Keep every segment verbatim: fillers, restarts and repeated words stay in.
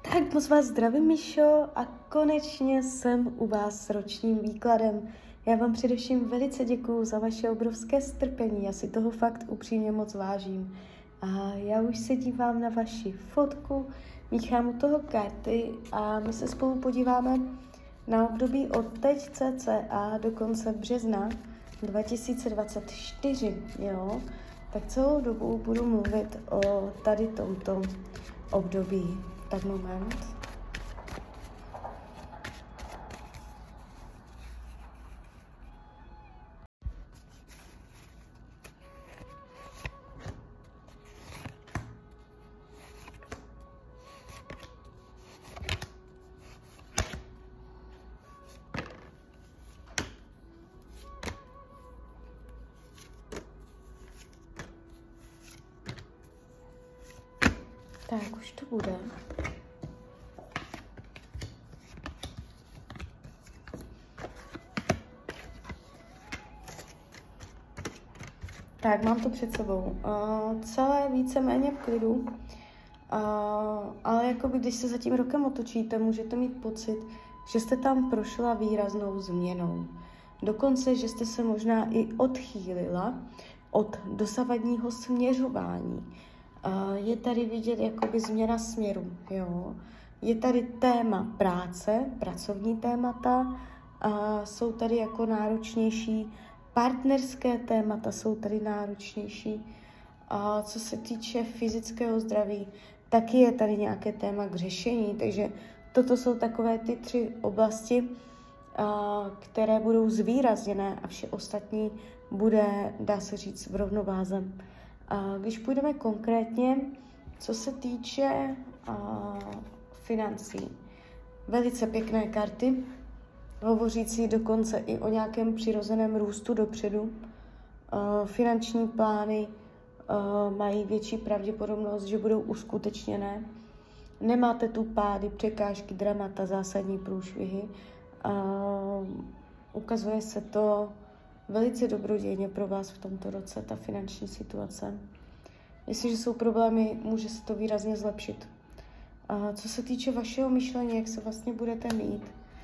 Tak moc vás zdravím, Mišo, a konečně jsem u vás s ročním výkladem. Já vám především velice děkuju za vaše obrovské strpení, já si toho fakt upřímně moc vážím. A já už se dívám na vaši fotku, míchám u toho karty a my se spolu podíváme na období od teď cca do konce března dva tisíce dvacet čtyři, jo? Tak celou dobu budu mluvit o tady tomto období. Tak moment. Tak, už to bude. Tak, mám to před sebou. Uh, celé víceméně v klidu, uh, ale jakoby, když se za tím rokem otočíte, můžete mít pocit, že jste tam prošla výraznou změnou. Dokonce, že jste se možná i odchýlila od dosavadního směřování. Uh, je tady vidět jakoby změna směru, jo. Je tady téma práce, pracovní témata, uh, jsou tady jako náročnější, partnerské témata jsou tady náročnější. A co se týče fyzického zdraví, taky je tady nějaké téma k řešení, takže toto jsou takové ty tři oblasti, uh, které budou zvýrazněné a vše ostatní bude, dá se říct, v rovnováze. Když půjdeme konkrétně, co se týče uh, financí, velice pěkné karty, hovořící dokonce i o nějakém přirozeném růstu dopředu. Uh, finanční plány uh, mají větší pravděpodobnost, že budou uskutečněné. Nemáte tu pády, překážky, dramata, zásadní průšvihy. Uh, ukazuje se to velice dobrodějně pro vás v tomto roce, ta finanční situace. Jestliže jsou problémy, může se to výrazně zlepšit. A co se týče vašeho myšlení, jak se vlastně budete mít,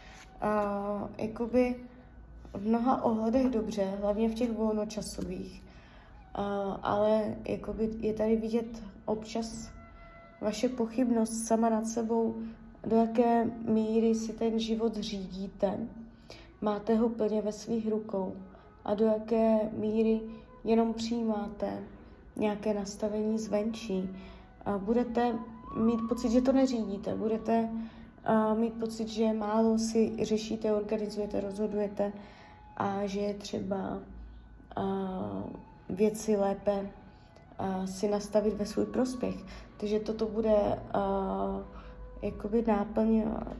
a jakoby v mnoha ohledech dobře, hlavně v těch volnočasových, a, ale jakoby je tady vidět občas vaše pochybnost sama nad sebou, do jaké míry si ten život řídíte, máte ho plně ve svých rukou, a do jaké míry jenom přijímáte nějaké nastavení zvenčí. A budete mít pocit, že to neřídíte, budete uh, mít pocit, že málo si řešíte, organizujete, rozhodujete a že je třeba uh, věci lépe uh, si nastavit ve svůj prospěch. Takže toto bude uh, jakoby náplň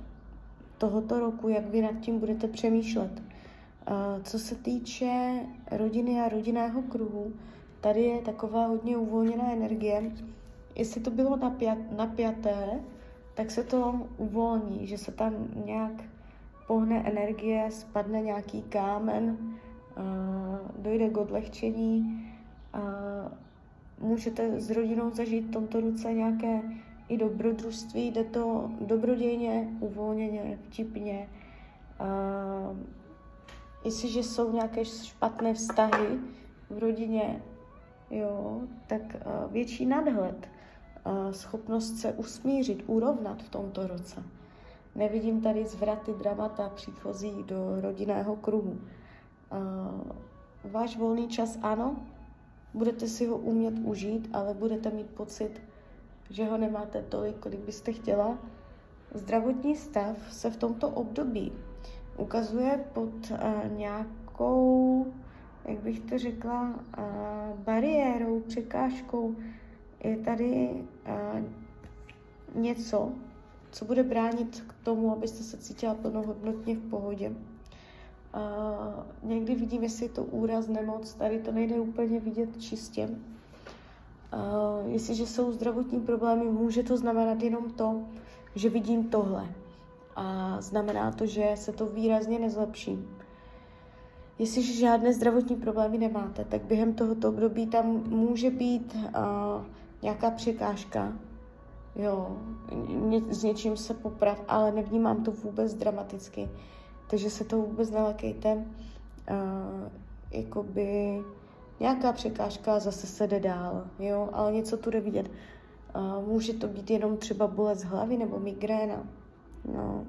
tohoto roku, jak vy nad tím budete přemýšlet. Uh, co se týče rodiny a rodinného kruhu, tady je taková hodně uvolněná energie. Jestli to bylo napjat, napjaté, tak se to uvolní, že se tam nějak pohne energie, spadne nějaký kámen, uh, dojde k odlehčení. Uh, můžete s rodinou zažít v tomto roce nějaké i dobrodružství, jde to dobrodějně, uvolněně, vtipně. Uh, Jestliže jsou nějaké špatné vztahy v rodině, jo, tak uh, větší nadhled, uh, schopnost se usmířit, urovnat v tomto roce. Nevidím tady zvraty, dramata příchozí do rodinného kruhu. Uh, váš volný čas ano, budete si ho umět užít, ale budete mít pocit, že ho nemáte tolik, kolik byste chtěla. Zdravotní stav se v tomto období ukazuje pod uh, nějakou, jak bych to řekla, uh, bariérou, překážkou. Je tady uh, něco, co bude bránit k tomu, abyste se cítila plnohodnotně v pohodě. Uh, někdy vidím, jestli je to úraz, nemoc, tady to nejde úplně vidět čistě. Uh, jestliže jsou zdravotní problémy, může to znamenat jenom to, že vidím tohle. A znamená to, že se to výrazně nezlepší. Jestliže žádné zdravotní problémy nemáte, tak během tohoto období tam může být uh, nějaká překážka, jo, ně, s něčím se poprat, ale nevnímám to vůbec dramaticky, takže se to vůbec nelekejte, uh, jakoby nějaká překážka zase se jde dál, jo, ale něco tu jde vidět. Uh, může to být jenom třeba bolest hlavy nebo migréna, no.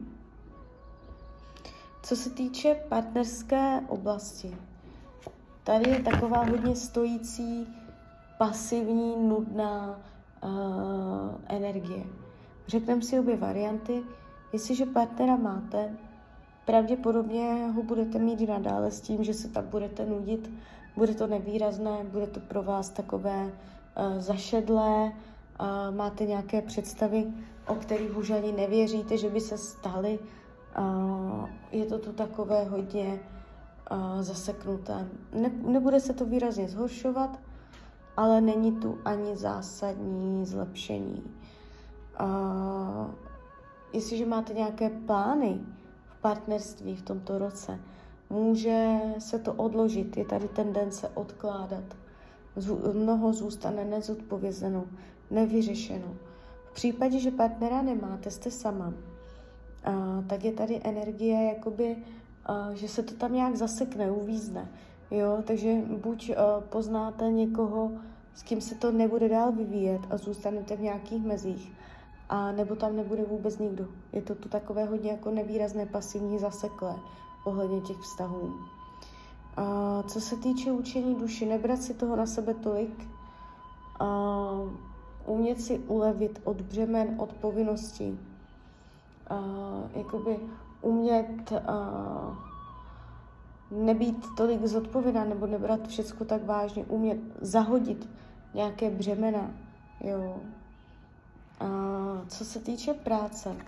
Co se týče partnerské oblasti, tady je taková hodně stojící, pasivní, nudná uh, energie. Řekneme si obě varianty. Jestliže partnera máte, pravděpodobně ho budete mít i nadále s tím, že se tam budete nudit, bude to nevýrazné, bude to pro vás takové uh, zašedlé, uh, máte nějaké představy, o kterých už ani nevěříte, že by se staly. Uh, je to tu takové hodně uh, zaseknuté. Ne, nebude se to výrazně zhoršovat, ale není tu ani zásadní zlepšení. Uh, jestliže máte nějaké plány v partnerství v tomto roce, může se to odložit, je tady tendence odkládat. Zů, mnoho zůstane nezodpovězeno, nevyřešeno. V případě, že partnera nemáte, jste sama, uh, tak je tady energie, jakoby, uh, že se to tam nějak zasekne, uvízne. Jo, takže buď uh, poznáte někoho, s kým se to nebude dál vyvíjet a zůstanete v nějakých mezích, a nebo tam nebude vůbec nikdo. Je to tu takové hodně jako nevýrazné, pasivní, zaseklé ohledně těch vztahů. Uh, co se týče učení duši, nebrat si toho na sebe tolik, uh, umět si ulevit od břemen, od povinností, uh, jakoby umět uh, nebýt tolik zodpovědná nebo nebrat všecko tak vážně, umět zahodit nějaké břemena, jo. A co se týče práce,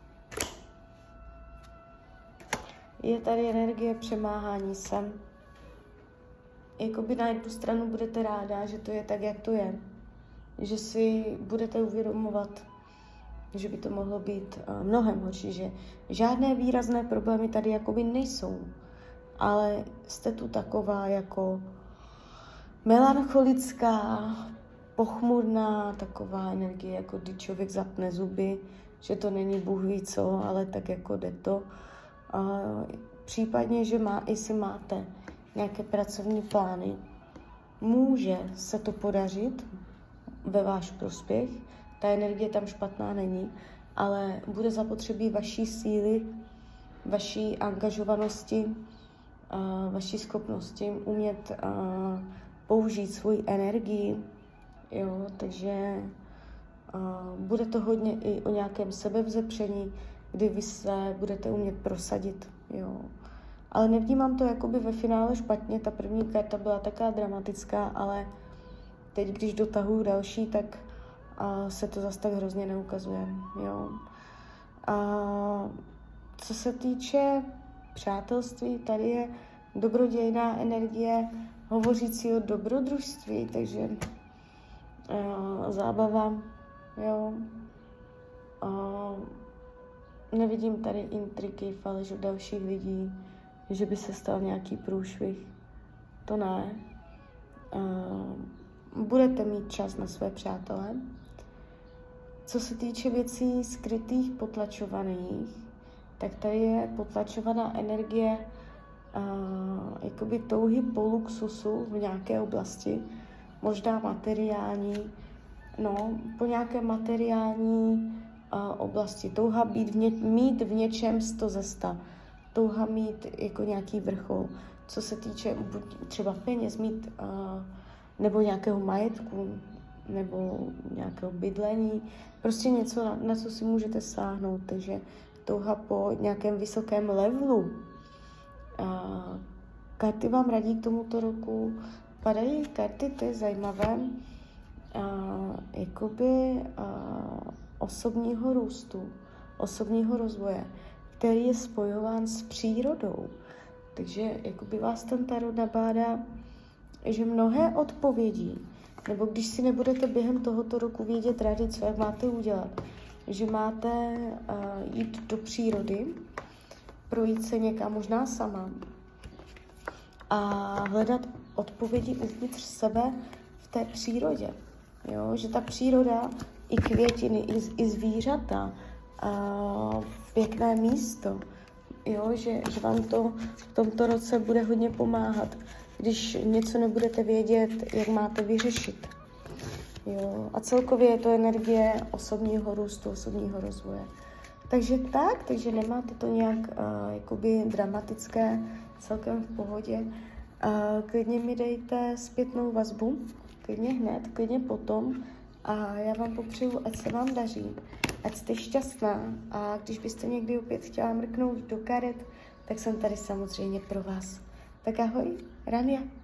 je tady energie přemáhání se. Jakoby na jednu stranu budete ráda, že to je tak, jak to je, že si budete uvědomovat, že by to mohlo být uh, mnohem horší, že žádné výrazné problémy tady jakoby nejsou, ale jste tu taková jako melancholická, pochmurná, taková energie, jako když člověk zapne zuby, že to není Bůh ví co, ale tak jako jde to. A případně, že má, jestli máte nějaké pracovní plány, může se to podařit ve váš prospěch, ta energie tam špatná není, ale bude zapotřebí vaší síly, vaší angažovanosti, uh, vaší schopnosti umět uh, použít svoji energii, jo, takže uh, bude to hodně i o nějakém sebevzepření, kdy vy se budete umět prosadit, jo. Ale nevnímám to jakoby ve finále špatně, ta první karta byla taká dramatická, ale teď, když dotahuju další, tak uh, se to zas tak hrozně neukazuje, jo. Uh, co se týče přátelství, tady je dobrodějná energie hovořící o dobrodružství, takže uh, zábava, jo. Uh, nevidím tady intriky, faleš od dalších lidí, že by se stal nějaký průšvih. To ne. Uh, budete mít čas na své přátele. Co se týče věcí skrytých, potlačovaných, tak tady je potlačovaná energie uh, jakoby touhy po luxusu v nějaké oblasti, možná materiální, no, po nějaké materiální uh, oblasti. Touha být v ně, mít v něčem sto ze sta. Touha mít jako nějaký vrchol. Co se týče buď třeba peněz, mít uh, nebo nějakého majetku, nebo nějakého bydlení, prostě něco, na, na co si můžete sáhnout, takže touha po nějakém vysokém levelu. A karty vám radí k tomuto roku, padají karty, to je zajímavé, a, jakoby a, osobního růstu, osobního rozvoje, který je spojován s přírodou. Takže jakoby vás ten tarot nabádá, že mnohé odpovědi, nebo když si nebudete během tohoto roku vědět rady, co jak máte udělat, že máte uh, jít do přírody, projít se někam, možná sama, a hledat odpovědi uvnitř sebe v té přírodě. Jo? Že ta příroda i květiny, i, i zvířata, a pěkné místo, jo, že, že vám to v tomto roce bude hodně pomáhat, když něco nebudete vědět, jak máte vyřešit. Jo. A celkově je to energie osobního růstu, osobního rozvoje. Takže tak, takže nemáte to nějak uh, jakoby dramatické, celkem v pohodě. Uh, klidně mi dejte zpětnou vazbu, klidně hned, klidně potom. A já vám popřeju, ať se vám daří, ať jste šťastná. A když byste někdy opět chtěla mrknout do karet, tak jsem tady samozřejmě pro vás. Tak ahoj, Rania.